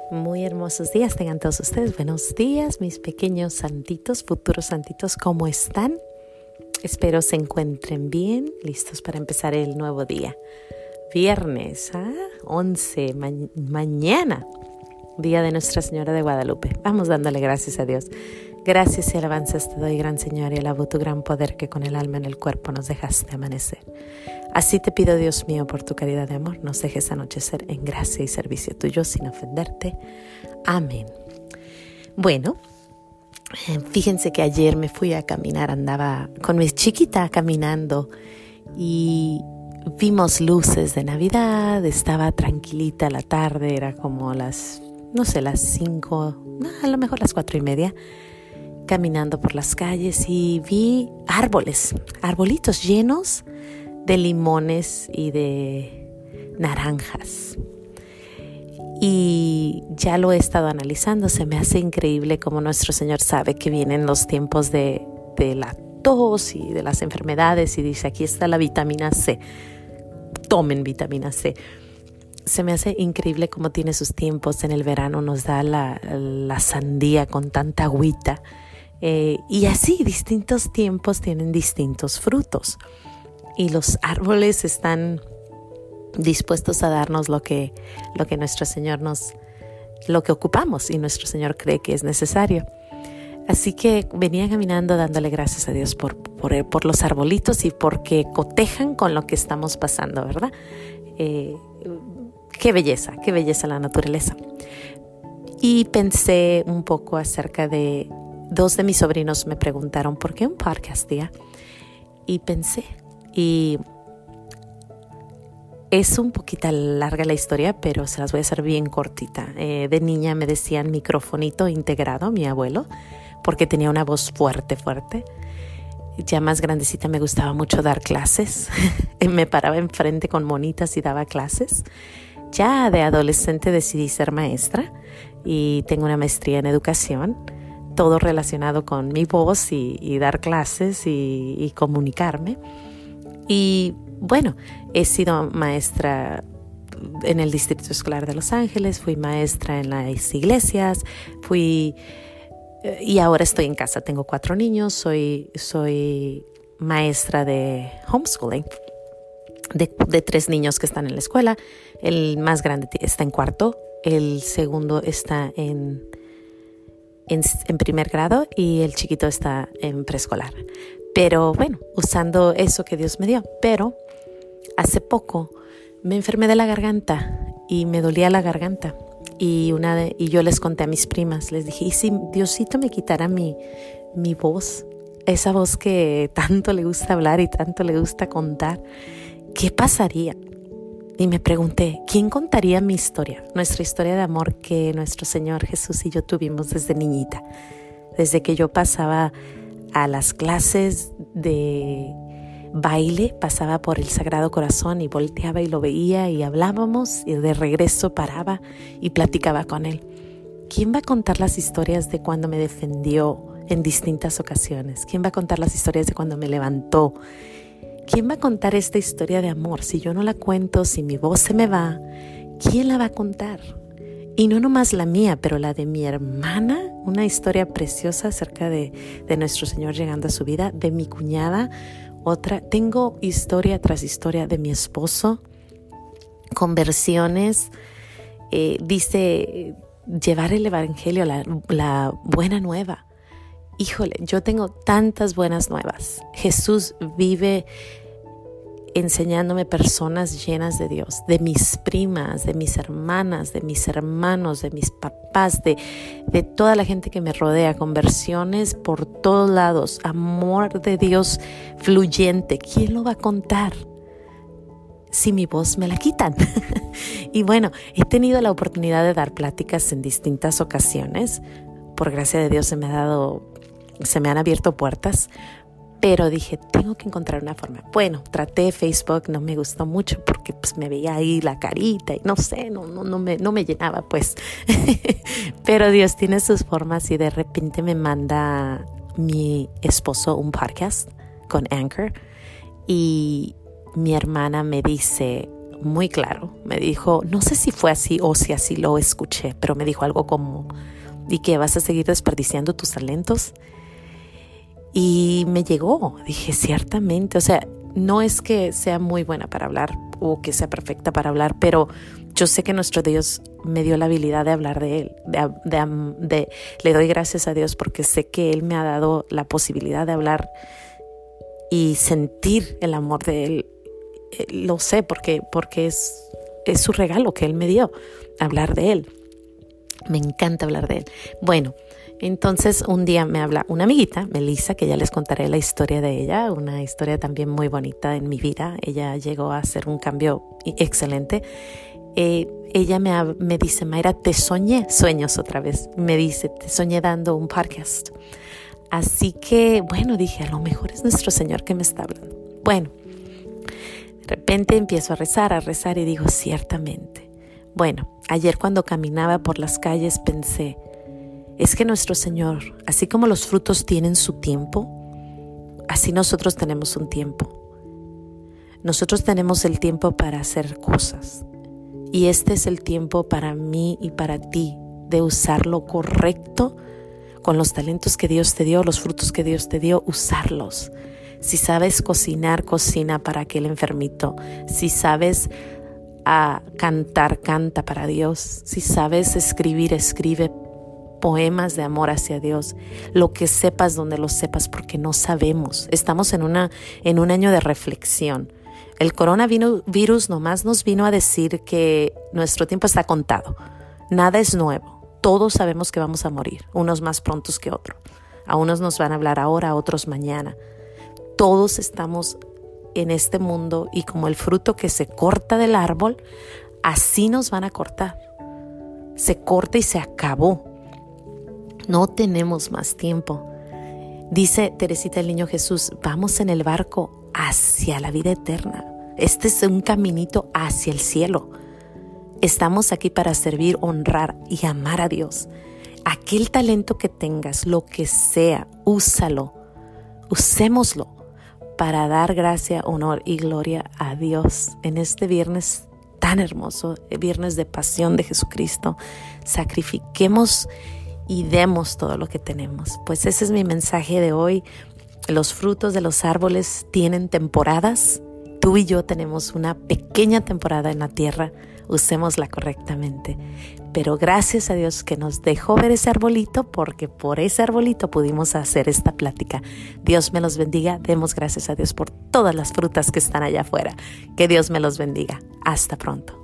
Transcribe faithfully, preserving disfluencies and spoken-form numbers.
Muy hermosos días tengan todos ustedes. Buenos días, mis pequeños santitos, futuros santitos, ¿cómo están? Espero se encuentren bien, listos para empezar el nuevo día. Viernes, ¿ah? once, ma- mañana, día de Nuestra Señora de Guadalupe. Vamos dándole gracias a Dios. Gracias y alabanzas te doy, gran Señor, y alabo tu gran poder que con el alma en el cuerpo nos dejaste amanecer. Así te pido, Dios mío, por tu caridad de amor, nos dejes anochecer en gracia y servicio tuyo sin ofenderte. Amén. Bueno, fíjense que ayer me fui a caminar, andaba con mi chiquita caminando y vimos luces de Navidad, estaba tranquilita la tarde, era como las, no sé, las cinco, no, a lo mejor las cuatro y media, caminando por las calles y vi árboles, arbolitos llenos de limones y de naranjas. Y ya lo he estado analizando, se me hace increíble cómo nuestro Señor sabe que vienen los tiempos de, de la tos y de las enfermedades y dice, aquí está la vitamina C, tomen vitamina C. Se me hace increíble cómo tiene sus tiempos. En el verano nos da la, la sandía con tanta agüita. Eh, y así, distintos tiempos tienen distintos frutos. Y los árboles están dispuestos a darnos lo que, lo que nuestro Señor nos, lo que ocupamos y nuestro Señor cree que es necesario. Así que venía caminando dándole gracias a Dios por, por, por los arbolitos y porque cotejan con lo que estamos pasando, ¿verdad? Eh, qué belleza, qué belleza la naturaleza. Y pensé un poco acerca de, dos de mis sobrinos me preguntaron, ¿por qué un podcast, tía? Y pensé, y es un poquito larga la historia, pero se las voy a hacer bien cortita. Eh, de niña me decían microfonito integrado, mi abuelo, porque tenía una voz fuerte, fuerte. Ya más grandecita me gustaba mucho dar clases. Me paraba enfrente con monitas y daba clases. Ya de adolescente decidí ser maestra y tengo una maestría en educación. Todo relacionado con mi voz y, y dar clases y, y comunicarme. Y bueno, he sido maestra en el Distrito Escolar de Los Ángeles, fui maestra en las iglesias, fui y ahora estoy en casa. Tengo cuatro niños, soy, soy maestra de homeschooling, de, de tres niños que están en la escuela. El más grande está en cuarto, el segundo está en, en, en primer grado y el chiquito está en preescolar. Pero bueno, usando eso que Dios me dio. Pero hace poco me enfermé de la garganta y me dolía la garganta. Y, una de, y yo les conté a mis primas, les dije, ¿y si Diosito me quitara mi, mi voz? Esa voz que tanto le gusta hablar y tanto le gusta contar, ¿qué pasaría? Y me pregunté, ¿quién contaría mi historia? Nuestra historia de amor que nuestro Señor Jesús y yo tuvimos desde niñita. Desde que yo pasaba a las clases de baile, pasaba por el Sagrado Corazón y volteaba y lo veía y hablábamos y de regreso paraba y platicaba con él. ¿Quién va a contar las historias de cuando me defendió en distintas ocasiones? ¿Quién va a contar las historias de cuando me levantó? ¿Quién va a contar esta historia de amor? Si yo no la cuento, si mi voz se me va, ¿quién la va a contar? Y no nomás la mía, pero la de mi hermana, una historia preciosa acerca de, de nuestro Señor llegando a su vida, de mi cuñada, otra. Tengo historia tras historia de mi esposo, conversiones, eh, dice llevar el evangelio, la, la buena nueva. Híjole, yo tengo tantas buenas nuevas. Jesús vive enseñándome personas llenas de Dios, de mis primas, de mis hermanas, de mis hermanos, de mis papás, de, de toda la gente que me rodea, conversiones por todos lados, amor de Dios fluyente. ¿Quién lo va a contar si mi voz me la quitan? Y bueno, he tenido la oportunidad de dar pláticas en distintas ocasiones. Por gracia de Dios se me ha dado, se me han abierto puertas. Pero dije, tengo que encontrar una forma. Bueno, traté Facebook, no me gustó mucho porque pues me veía ahí la carita y no sé, no, no, no, me, no me llenaba pues. Pero Dios tiene sus formas y de repente me manda mi esposo un podcast con Anchor y mi hermana me dice, muy claro. Me dijo, no sé si fue así o si así lo escuché, pero me dijo algo como, ¿y qué, vas a seguir desperdiciando tus talentos? Y me llegó, dije, ciertamente, o sea, no es que sea muy buena para hablar o que sea perfecta para hablar, pero yo sé que nuestro Dios me dio la habilidad de hablar de Él. De, de, de, le doy gracias a Dios porque sé que Él me ha dado la posibilidad de hablar y sentir el amor de Él. Lo sé porque, porque es, es su regalo que Él me dio, hablar de Él. Me encanta hablar de Él. Bueno, entonces un día me habla una amiguita, Melissa, que ya les contaré la historia de ella, una historia también muy bonita en mi vida. Ella llegó a hacer un cambio excelente. Eh, ella me, me dice, Mayra, te soñé, sueños otra vez. Me dice, te soñé dando un podcast. Así que, bueno, dije, a lo mejor es nuestro Señor que me está hablando. Bueno, de repente empiezo a rezar, a rezar y digo, ciertamente. Bueno, ayer cuando caminaba por las calles pensé, es que nuestro Señor, así como los frutos tienen su tiempo, así nosotros tenemos un tiempo. Nosotros tenemos el tiempo para hacer cosas. Y este es el tiempo para mí y para ti de usar lo correcto con los talentos que Dios te dio, los frutos que Dios te dio, usarlos. Si sabes cocinar, cocina para aquel enfermito. Si sabes a cantar, canta para Dios. Si sabes escribir, escribe poemas de amor hacia Dios. Lo que sepas, donde lo sepas, porque no sabemos. Estamos en una, en un año de reflexión. El coronavirus nomás nos vino a decir que nuestro tiempo está contado. Nada es nuevo. Todos sabemos que vamos a morir, unos más prontos que otros. A unos nos van a hablar ahora, a otros mañana. Todos estamos en este mundo y como el fruto que se corta del árbol, así nos van a cortar. Se corta y se acabó. No tenemos más tiempo. Dice Teresita el Niño Jesús, vamos en el barco hacia la vida eterna. Este es un caminito hacia el cielo. Estamos aquí para servir, honrar y amar a Dios. Aquel talento que tengas, lo que sea, úsalo. Usémoslo para dar gracia, honor y gloria a Dios en este viernes tan hermoso, el viernes de pasión de Jesucristo. Sacrifiquemos y demos todo lo que tenemos. Pues ese es mi mensaje de hoy. Los frutos de los árboles tienen temporadas. Tú y yo tenemos una pequeña temporada en la tierra. Usémosla correctamente. Pero gracias a Dios que nos dejó ver ese arbolito, porque por ese arbolito pudimos hacer esta plática. Dios me los bendiga. Demos gracias a Dios por todas las frutas que están allá afuera. Que Dios me los bendiga. Hasta pronto.